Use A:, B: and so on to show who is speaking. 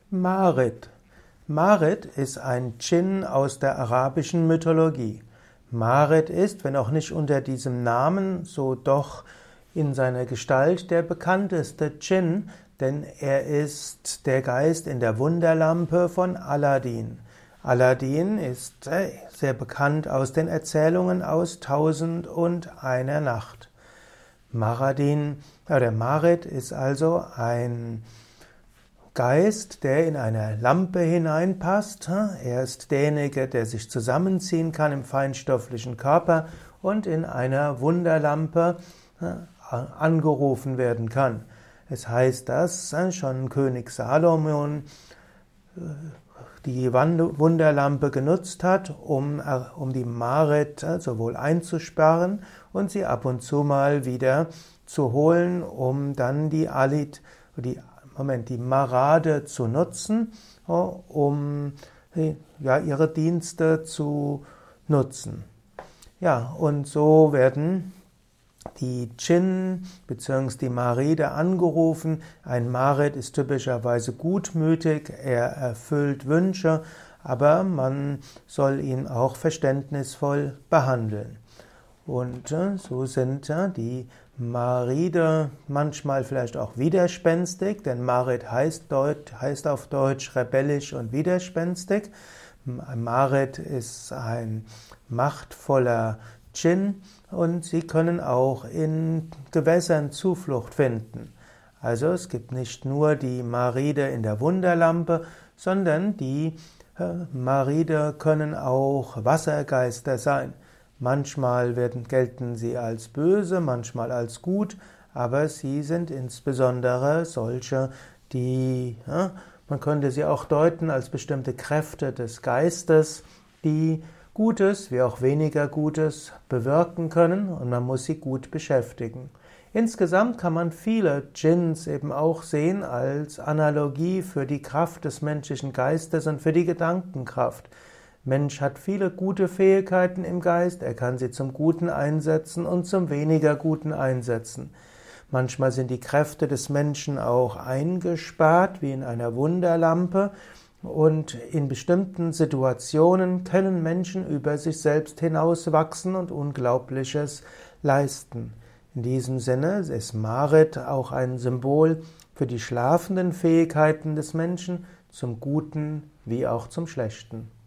A: Marit. Marit ist ein Dschinn aus der arabischen Mythologie. Marit ist, wenn auch nicht unter diesem Namen, so doch in seiner Gestalt der bekannteste Dschinn, denn er ist der Geist in der Wunderlampe von Aladdin. Aladdin ist sehr bekannt aus den Erzählungen aus Tausend und einer Nacht. Marit ist also ein Geist, der in eine Lampe hineinpasst. Er ist derjenige, der sich zusammenziehen kann im feinstofflichen Körper und in einer Wunderlampe angerufen werden kann. Es heißt, dass schon König Salomon die Wunderlampe genutzt hat, um die Marit sowohl einzusperren und sie ab und zu mal wieder zu holen, um dann die Marade zu nutzen, um ihre Dienste zu nutzen. Ja, und so werden die Djinn bzw. die Maride angerufen. Ein Marid ist typischerweise gutmütig, er erfüllt Wünsche, aber man soll ihn auch verständnisvoll behandeln. Und so sind die Maride manchmal vielleicht auch widerspenstig, denn Marid heißt auf Deutsch rebellisch und widerspenstig. Marid ist ein machtvoller Dschinn und sie können auch in Gewässern Zuflucht finden. Also es gibt nicht nur die Maride in der Wunderlampe, sondern die Maride können auch Wassergeister sein. Manchmal gelten sie als böse, manchmal als gut, aber sie sind insbesondere solche, man könnte sie auch deuten als bestimmte Kräfte des Geistes, die Gutes wie auch weniger Gutes bewirken können und man muss sie gut beschäftigen. Insgesamt kann man viele Djinns eben auch sehen als Analogie für die Kraft des menschlichen Geistes und für die Gedankenkraft. Mensch hat viele gute Fähigkeiten im Geist, er kann sie zum Guten einsetzen und zum weniger Guten einsetzen. Manchmal sind die Kräfte des Menschen auch eingesperrt, wie in einer Wunderlampe, und in bestimmten Situationen können Menschen über sich selbst hinauswachsen und Unglaubliches leisten. In diesem Sinne ist Marit auch ein Symbol für die schlafenden Fähigkeiten des Menschen, zum Guten wie auch zum Schlechten.